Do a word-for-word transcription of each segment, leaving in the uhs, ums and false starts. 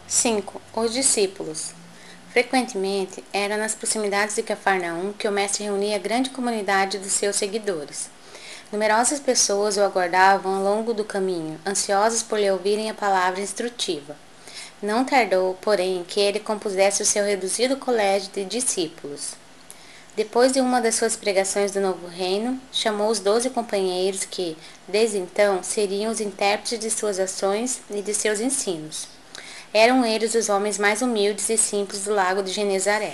cinco. Os discípulos. Frequentemente, era nas proximidades de Cafarnaum que o mestre reunia a grande comunidade dos seus seguidores. Numerosas pessoas o aguardavam ao longo do caminho, ansiosas por lhe ouvirem a palavra instrutiva. Não tardou, porém, que ele compusesse o seu reduzido colégio de discípulos. Depois de uma das suas pregações do novo reino, chamou os doze companheiros que, desde então, seriam os intérpretes de suas ações e de seus ensinos. Eram eles os homens mais humildes e simples do lago de Genezaré.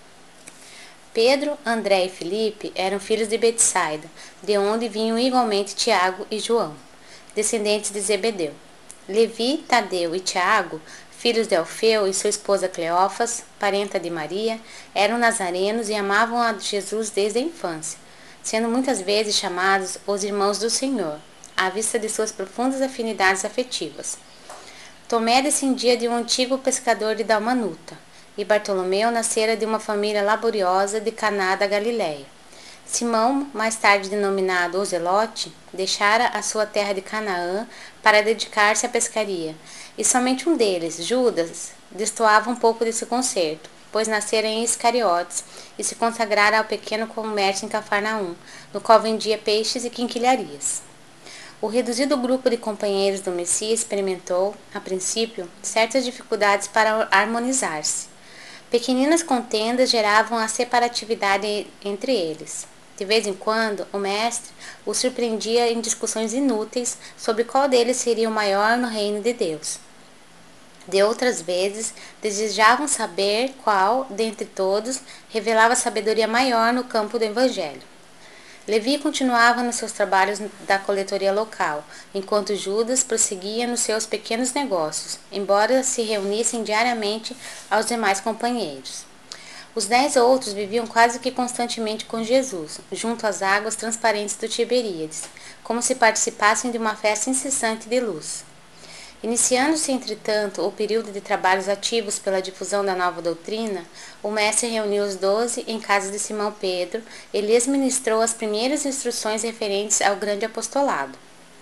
Pedro, André e Filipe eram filhos de Betsaida, de onde vinham igualmente Tiago e João, descendentes de Zebedeu. Levi, Tadeu e Tiago, filhos de Alfeu e sua esposa Cleófas, parenta de Maria, eram nazarenos e amavam a Jesus desde a infância, sendo muitas vezes chamados os irmãos do Senhor, à vista de suas profundas afinidades afetivas. Tomé descendia de um antigo pescador de Dalmanuta, e Bartolomeu nascera de uma família laboriosa de Caná da Galiléia. Simão, mais tarde denominado o Zelote, deixara a sua terra de Canaã para dedicar-se à pescaria, e somente um deles, Judas, destoava um pouco desse concerto, pois nascera em Iscariotes e se consagrara ao pequeno comércio em Cafarnaum, no qual vendia peixes e quinquilharias. O reduzido grupo de companheiros do Messias experimentou, a princípio, certas dificuldades para harmonizar-se. Pequeninas contendas geravam a separatividade entre eles. De vez em quando, o mestre o surpreendia em discussões inúteis sobre qual deles seria o maior no reino de Deus. De outras vezes, desejavam saber qual, dentre todos, revelava sabedoria maior no campo do evangelho. Levi continuava nos seus trabalhos da coletoria local, enquanto Judas prosseguia nos seus pequenos negócios, embora se reunissem diariamente aos demais companheiros. Os dez outros viviam quase que constantemente com Jesus, junto às águas transparentes do Tiberíades, como se participassem de uma festa incessante de luz. Iniciando-se, entretanto, o período de trabalhos ativos pela difusão da nova doutrina, o mestre reuniu os doze em casa de Simão Pedro e lhes ministrou as primeiras instruções referentes ao grande apostolado.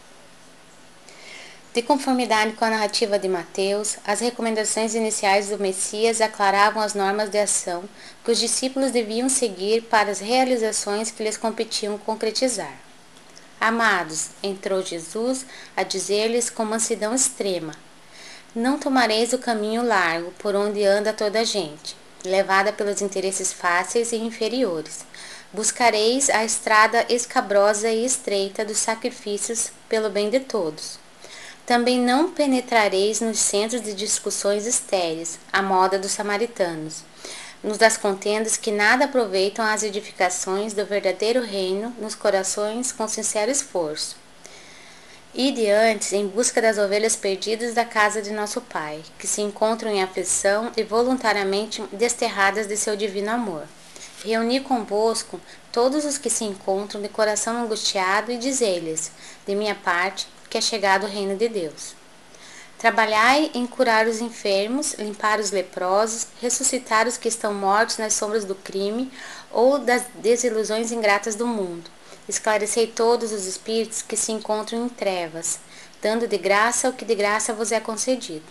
De conformidade com a narrativa de Mateus, as recomendações iniciais do Messias aclaravam as normas de ação que os discípulos deviam seguir para as realizações que lhes competiam concretizar. Amados, entrou Jesus a dizer-lhes com mansidão extrema: não tomareis o caminho largo por onde anda toda a gente, levada pelos interesses fáceis e inferiores. Buscareis a estrada escabrosa e estreita dos sacrifícios pelo bem de todos. Também não penetrareis nos centros de discussões estéreis, à moda dos samaritanos, nos das contendas que nada aproveitam às edificações do verdadeiro reino nos corações com sincero esforço. Ide antes em busca das ovelhas perdidas da casa de nosso Pai, que se encontram em aflição e voluntariamente desterradas de seu divino amor. Reuni convosco todos os que se encontram de coração angustiado e dizei-lhes, de minha parte, que é chegado o reino de Deus. Trabalhai em curar os enfermos, limpar os leprosos, ressuscitar os que estão mortos nas sombras do crime ou das desilusões ingratas do mundo. Esclarecei todos os espíritos que se encontram em trevas, dando de graça o que de graça vos é concedido.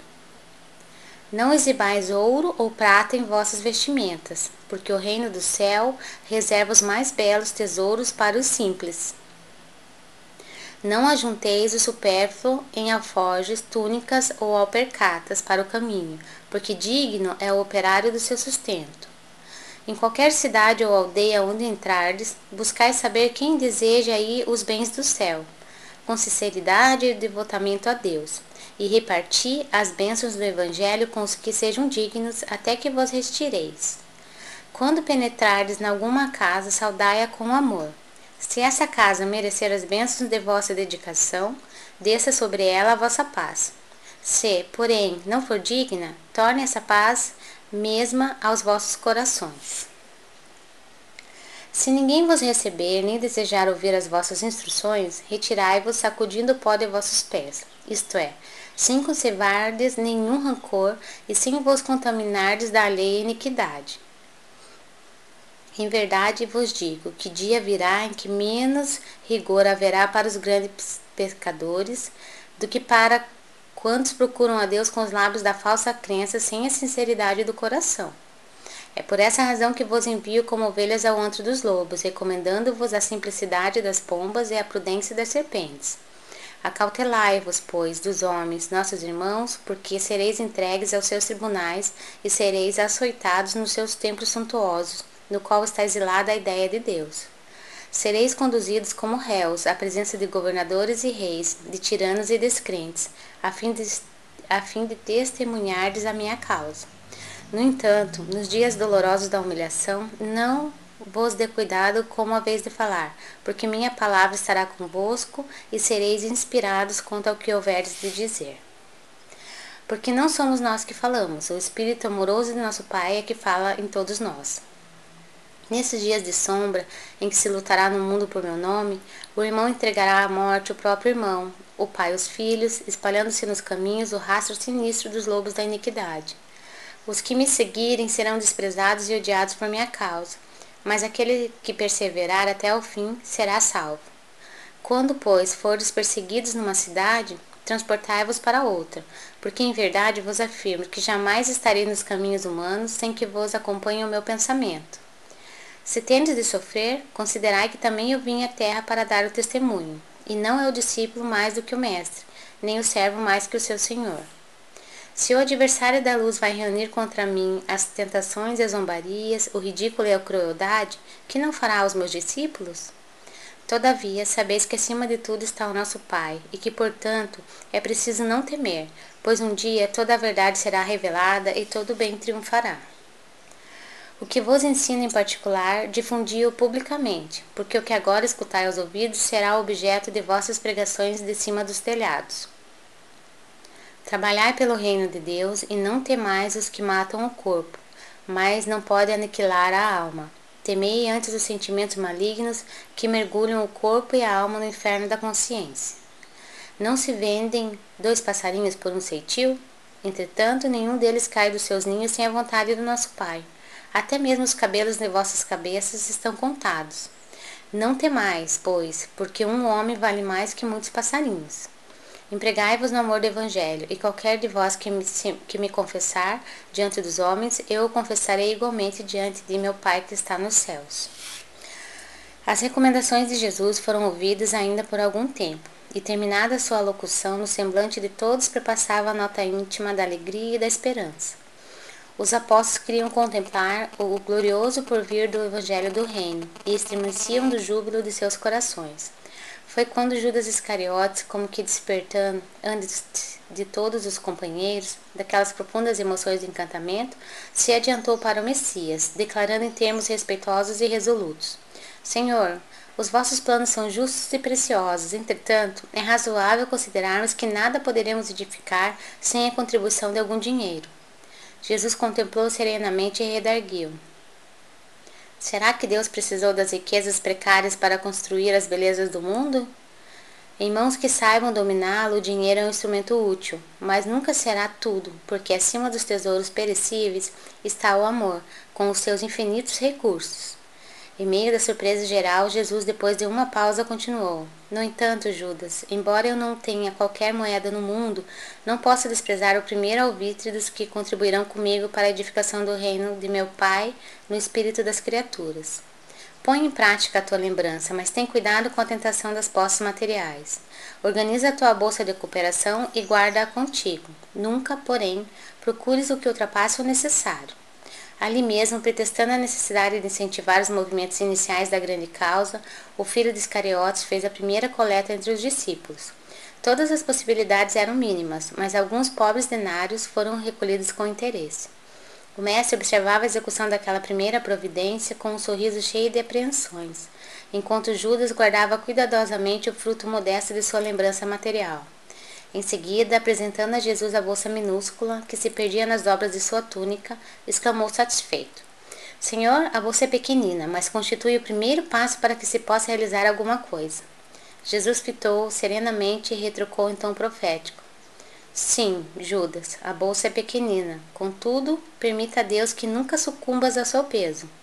Não exibais ouro ou prata em vossas vestimentas, porque o reino do céu reserva os mais belos tesouros para os simples. Não ajunteis o supérfluo em alforjes, túnicas ou alpercatas para o caminho, porque digno é o operário do seu sustento. Em qualquer cidade ou aldeia onde entrardes, buscai saber quem deseja aí os bens do céu, com sinceridade e devotamento a Deus, e reparti as bênçãos do Evangelho com os que sejam dignos, até que vos retireis. Quando penetrardes em alguma casa, saudai-a com amor. Se essa casa merecer as bênçãos de vossa dedicação, desça sobre ela a vossa paz. Se, porém, não for digna, torne essa paz mesma aos vossos corações. Se ninguém vos receber, nem desejar ouvir as vossas instruções, retirai-vos sacudindo o pó de vossos pés, isto é, sem conservardes nenhum rancor e sem vos contaminardes da alheia iniquidade. Em verdade vos digo que dia virá em que menos rigor haverá para os grandes pecadores do que para Quantos procuram a Deus com os lábios da falsa crença sem a sinceridade do coração? É por essa razão que vos envio como ovelhas ao antro dos lobos, recomendando-vos a simplicidade das pombas e a prudência das serpentes. Acautelai-vos, pois, dos homens, nossos irmãos, porque sereis entregues aos seus tribunais e sereis açoitados nos seus templos suntuosos, no qual está exilada a ideia de Deus. Sereis conduzidos como réus à presença de governadores e reis, de tiranos e descrentes, a fim de, a fim de testemunhardes a minha causa. No entanto, nos dias dolorosos da humilhação, não vos dê cuidado como a vez de falar, porque minha palavra estará convosco e sereis inspirados quanto ao que houveres de dizer. Porque não somos nós que falamos, o Espírito amoroso de nosso Pai é que fala em todos nós. Nesses dias de sombra, em que se lutará no mundo por meu nome, o irmão entregará à morte o próprio irmão, o pai os filhos, espalhando-se nos caminhos o rastro sinistro dos lobos da iniquidade. Os que me seguirem serão desprezados e odiados por minha causa, mas aquele que perseverar até o fim será salvo. Quando, pois, fordes perseguidos numa cidade, transportai-vos para outra, porque em verdade vos afirmo que jamais estarei nos caminhos humanos sem que vos acompanhe o meu pensamento. Se tendes de sofrer, considerai que também eu vim à terra para dar o testemunho, e não é o discípulo mais do que o mestre, nem o servo mais que o seu senhor. Se o adversário da luz vai reunir contra mim as tentações e as zombarias, o ridículo e a crueldade, que não fará aos meus discípulos? Todavia, sabeis que acima de tudo está o nosso Pai, e que, portanto, é preciso não temer, pois um dia toda a verdade será revelada e todo o bem triunfará. O que vos ensino em particular, difundi-o publicamente, porque o que agora escutai aos ouvidos será objeto de vossas pregações de cima dos telhados. Trabalhai pelo reino de Deus e não temais os que matam o corpo, mas não podem aniquilar a alma. Temei antes os sentimentos malignos que mergulham o corpo e a alma no inferno da consciência. Não se vendem dois passarinhos por um ceitil? Entretanto, nenhum deles cai dos seus ninhos sem a vontade do nosso Pai. Até mesmo os cabelos de vossas cabeças estão contados. Não temais, pois, porque um homem vale mais que muitos passarinhos. Empregai-vos no amor do Evangelho, e qualquer de vós que me, que me confessar diante dos homens, eu o confessarei igualmente diante de meu Pai que está nos céus. As recomendações de Jesus foram ouvidas ainda por algum tempo, e terminada a sua alocução, no semblante de todos perpassava a nota íntima da alegria e da esperança. Os apóstolos queriam contemplar o glorioso porvir do Evangelho do Reino, e estremeciam do júbilo de seus corações. Foi quando Judas Iscariotes, como que despertando, antes de todos os companheiros, daquelas profundas emoções de encantamento, se adiantou para o Messias, declarando em termos respeitosos e resolutos: Senhor, os vossos planos são justos e preciosos, entretanto, é razoável considerarmos que nada poderemos edificar sem a contribuição de algum dinheiro. Jesus contemplou serenamente e redarguiu: Será que Deus precisou das riquezas precárias para construir as belezas do mundo? Em mãos que saibam dominá-lo, o dinheiro é um instrumento útil, mas nunca será tudo, porque acima dos tesouros perecíveis está o amor, com os seus infinitos recursos. Em meio da surpresa geral, Jesus, depois de uma pausa, continuou: No entanto, Judas, embora eu não tenha qualquer moeda no mundo, não posso desprezar o primeiro alvitre dos que contribuirão comigo para a edificação do reino de meu Pai no espírito das criaturas. Põe em prática a tua lembrança, mas tem cuidado com a tentação das posses materiais. Organiza a tua bolsa de cooperação e guarda-a contigo. Nunca, porém, procures o que ultrapasse o necessário. Ali mesmo, pretextando a necessidade de incentivar os movimentos iniciais da grande causa, o filho de Iscariotes fez a primeira coleta entre os discípulos. Todas as possibilidades eram mínimas, mas alguns pobres denários foram recolhidos com interesse. O mestre observava a execução daquela primeira providência com um sorriso cheio de apreensões, enquanto Judas guardava cuidadosamente o fruto modesto de sua lembrança material. Em seguida, apresentando a Jesus a bolsa minúscula, que se perdia nas dobras de sua túnica, exclamou satisfeito: Senhor, a bolsa é pequenina, mas constitui o primeiro passo para que se possa realizar alguma coisa. Jesus fitou serenamente e retrucou em tom profético: Sim, Judas, a bolsa é pequenina, contudo, permita a Deus que nunca sucumbas ao seu peso.